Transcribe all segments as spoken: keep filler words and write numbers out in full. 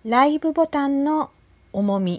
ライブボタンの重み。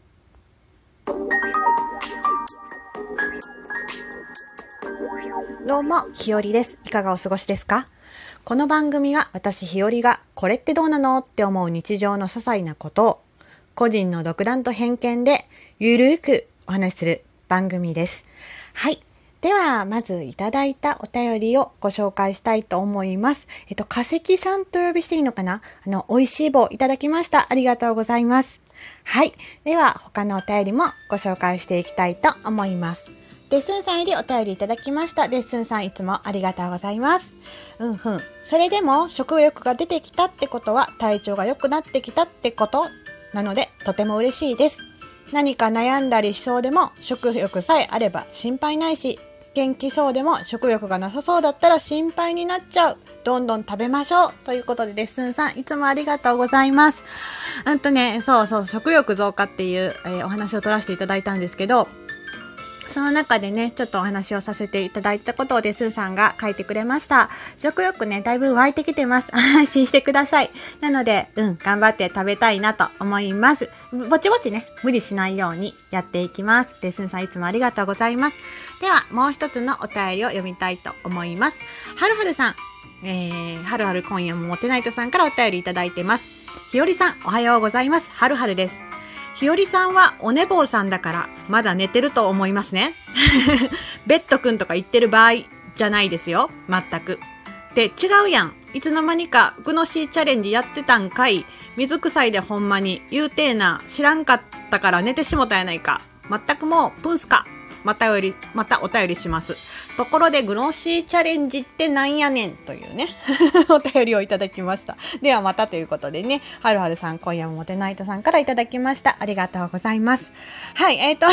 どうも、ひよりです。いかがお過ごしですか？この番組は私ひよりがこれってどうなのって思う日常の些細なことを個人の独断と偏見でゆるーくお話しする番組です。はい。では、まずいただいたお便りをご紹介したいと思います。えっと、化石さんとお呼びしていいのかな？あの、美味しい棒いただきました。ありがとうございます。はい。では、他のお便りもご紹介していきたいと思います。レッスンさんよりお便りいただきました。レッスンさんいつもありがとうございます。うんふん。それでも食欲が出てきたってことは体調が良くなってきたってことなのでとても嬉しいです。何か悩んだりしそうでも食欲さえあれば心配ないし、元気そうでも食欲がなさそうだったら心配になっちゃう。どんどん食べましょう。ということでレッスンさんいつもありがとうございます。うんとね、そうそう、食欲増加っていう、えー、お話を取らせていただいたんですけど、その中でね、ちょっとお話をさせていただいたことをレッスンさんが書いてくれました。食欲ね、だいぶ湧いてきてます。安心してください。なので、うん、頑張って食べたいなと思います。ぼちぼちね、無理しないようにやっていきます。レッスンさんいつもありがとうございます。では、もう一つのお便りを読みたいと思います。はるはるさん、えー、はるはる今夜もモテナイトさんからお便りいただいてます。ひよりさん、おはようございます。はるはるです。ひよりさんはお寝坊さんだからまだ寝てると思いますね。ベッドくんとか言ってる場合じゃないですよ。全く。で、違うやん。いつの間にかグノシーチャレンジやってたんかい。水臭いでほんまに言うてーな。知らんかったから寝てしもたやないか。全くもうプンスか。またより、またお便りします。ところで、グノシーチャレンジってなんやねんというね、お便りをいただきました。ではまたということでね、はるはるさん、今夜もモテナイトさんからいただきました。ありがとうございます。はい、えっと、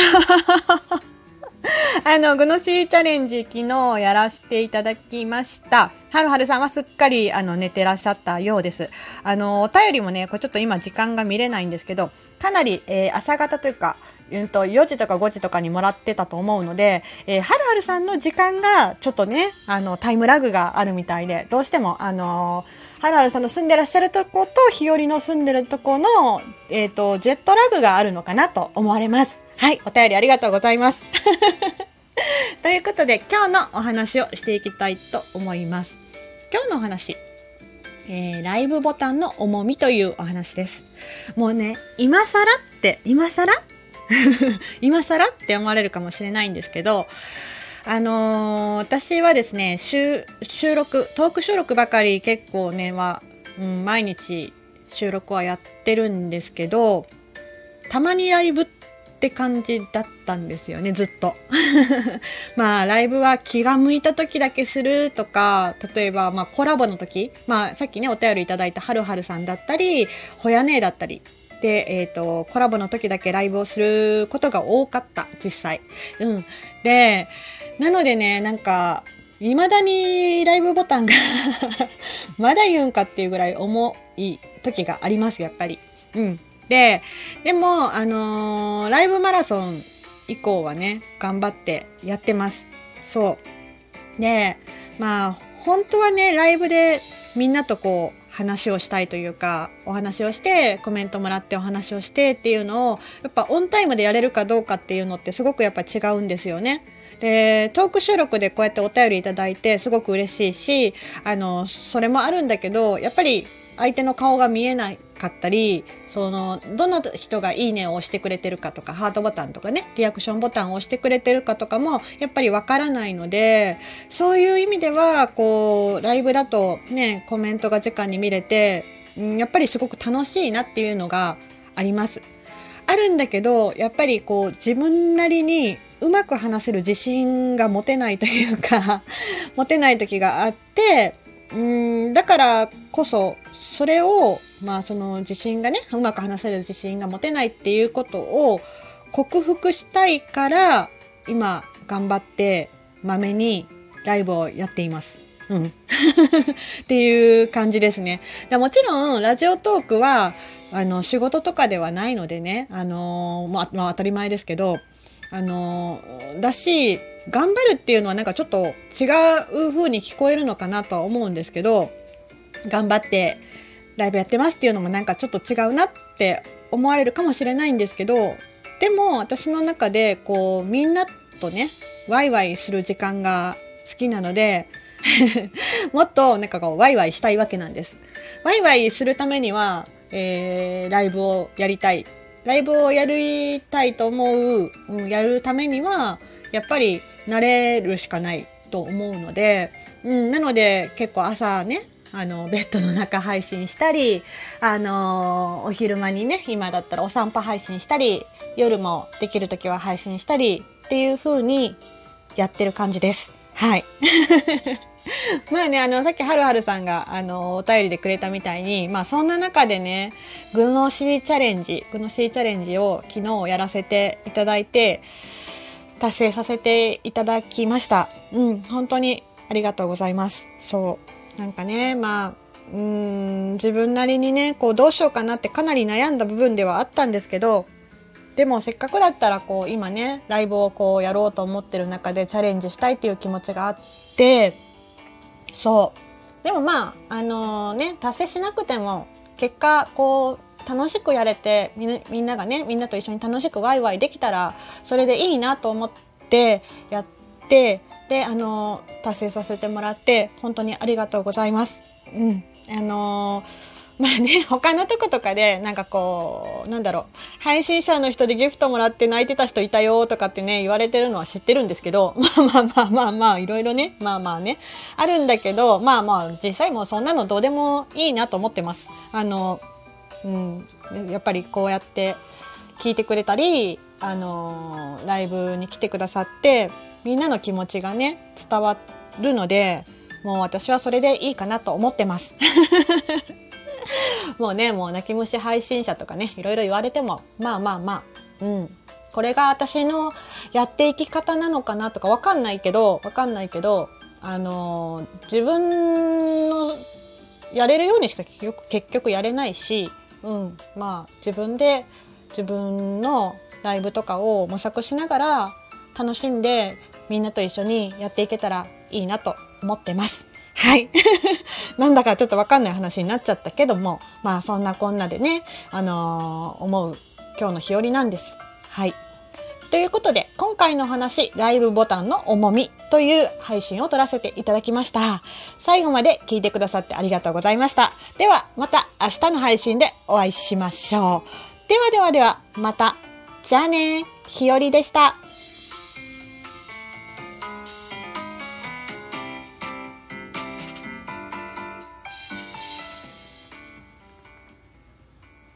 あの、グノシーチャレンジ昨日やらせていただきました。はるはるさんはすっかりあの寝てらっしゃったようです。あの、お便りもね、これちょっと今時間が見れないんですけど、かなり、えー、朝方というか、うんとよじとかごじとかにもらってたと思うので、えー、はるはるさんの時間がちょっとね、あの、タイムラグがあるみたいで、どうしても、あのー、はるはるさんの住んでらっしゃるとこと、ひよりの住んでるとこの、えっと、ジェットラグがあるのかなと思われます。はい、お便りありがとうございます。ということで、今日のお話をしていきたいと思います。今日のお話、えー、ライブボタンの重みというお話です。もうね、今更って、今更今更って思われるかもしれないんですけど、あのー、私はですね、収、収録、トーク収録ばかり結構ね、は、うん、毎日収録はやってるんですけど、たまにライブって感じだったんですよね、ずっと。まあ、ライブは気が向いた時だけするとか、例えば、まあ、コラボの時、まあ、さっきね、お便りいただいたはるはるさんだったり、ほやねえだったり、で、えっと、コラボの時だけライブをすることが多かった、実際。うん。で、なのでね、なんか、未だにライブボタンがまだ言うんかっていうぐらい重い時があります、やっぱり。うん。で、でも、あのー、ライブマラソン以降はね、頑張ってやってます。そう。で、まあ、本当はね、ライブでみんなとこう、話をしたいというか、お話をして、コメントもらってお話をしてっていうのを、やっぱオンタイムでやれるかどうかっていうのってすごくやっぱ違うんですよね。で、トーク収録でこうやってお便りいただいてすごく嬉しいし、あの、それもあるんだけど、やっぱり相手の顔が見えないかったり、その、どんな人がいいねを押してくれてるかとか、ハートボタンとかね、リアクションボタンを押してくれてるかとかも、やっぱりわからないので、そういう意味では、こう、ライブだとね、コメントが直に見れて、うん、やっぱりすごく楽しいなっていうのがあります。あるんだけど、やっぱりこう、自分なりにうまく話せる自信が持てないというか、持てない時があって、うーんだからこそそれをまあその自信がねうまく話せる自信が持てないっていうことを克服したいから今頑張ってまめにライブをやっています。うんっていう感じですね。でもちろんラジオトークはあの仕事とかではないのでね、あのー、まあ、まあ当たり前ですけど、あのー、だし頑張るっていうのはなんかちょっと違う風に聞こえるのかなとは思うんですけど、頑張ってライブやってますっていうのもなんかちょっと違うなって思われるかもしれないんですけど、でも私の中でこうみんなとねワイワイする時間が好きなのでもっとなんかこうワイワイしたいわけなんです。ワイワイするためには、えー、ライブをやりたいライブをやりたいと思う、うん、やるためにはやっぱり慣れるしかないと思うので、うん、なので結構朝ねあのベッドの中配信したり、あのー、お昼間にね今だったらお散歩配信したり、夜もできる時は配信したりっていう風にやってる感じです。はいまあね、あのさっきはるはるさんがあのお便りでくれたみたいに、まあそんな中でねグノシリチャレンジグノシリチャレンジを昨日やらせていただいて達成させていただきました。うん、本当にありがとうございます。そうなんかね、まあうーん自分なりにねこうどうしようかなってかなり悩んだ部分ではあったんですけど、でもせっかくだったらこう今ねライブをこうやろうと思ってる中でチャレンジしたいっていう気持ちがあって、そうでもまああのー、ね達成しなくても結果こう楽しくやれて、みんな、みんながねみんなと一緒に楽しくワイワイできたらそれでいいなと思ってやって、であのー、達成させてもらって本当にありがとうございます。うんあのーまあね、他のとことかでなんかこうなんだろう配信者の人でギフトもらって泣いてた人いたよとかってね言われてるのは知ってるんですけど、まあまあまあまあまあいろいろねまあまあねあるんだけど、まあまあ実際もうそんなのどうでもいいなと思ってます。あの、うん、やっぱりこうやって聞いてくれたり、あのライブに来てくださってみんなの気持ちがね伝わるので、もう私はそれでいいかなと思ってますもうねもう泣き虫配信者とかねいろいろ言われてもまあまあまあ、うん、これが私のやっていき方なのかなとかわかんないけどわかんないけどあのー、自分のやれるようにしか結局、結局やれないし、うん、まあ自分で自分のライブとかを模索しながら楽しんでみんなと一緒にやっていけたらいいなと思ってます。はいなんだかちょっとわかんない話になっちゃったけども、まあそんなこんなでね、あのー、思う今日の日和なんです。はい。ということで今回の話、ライブボタンの重みという配信を撮らせていただきました。最後まで聞いてくださってありがとうございました。ではまた明日の配信でお会いしましょう。ではではではまた。じゃあね、日和でした。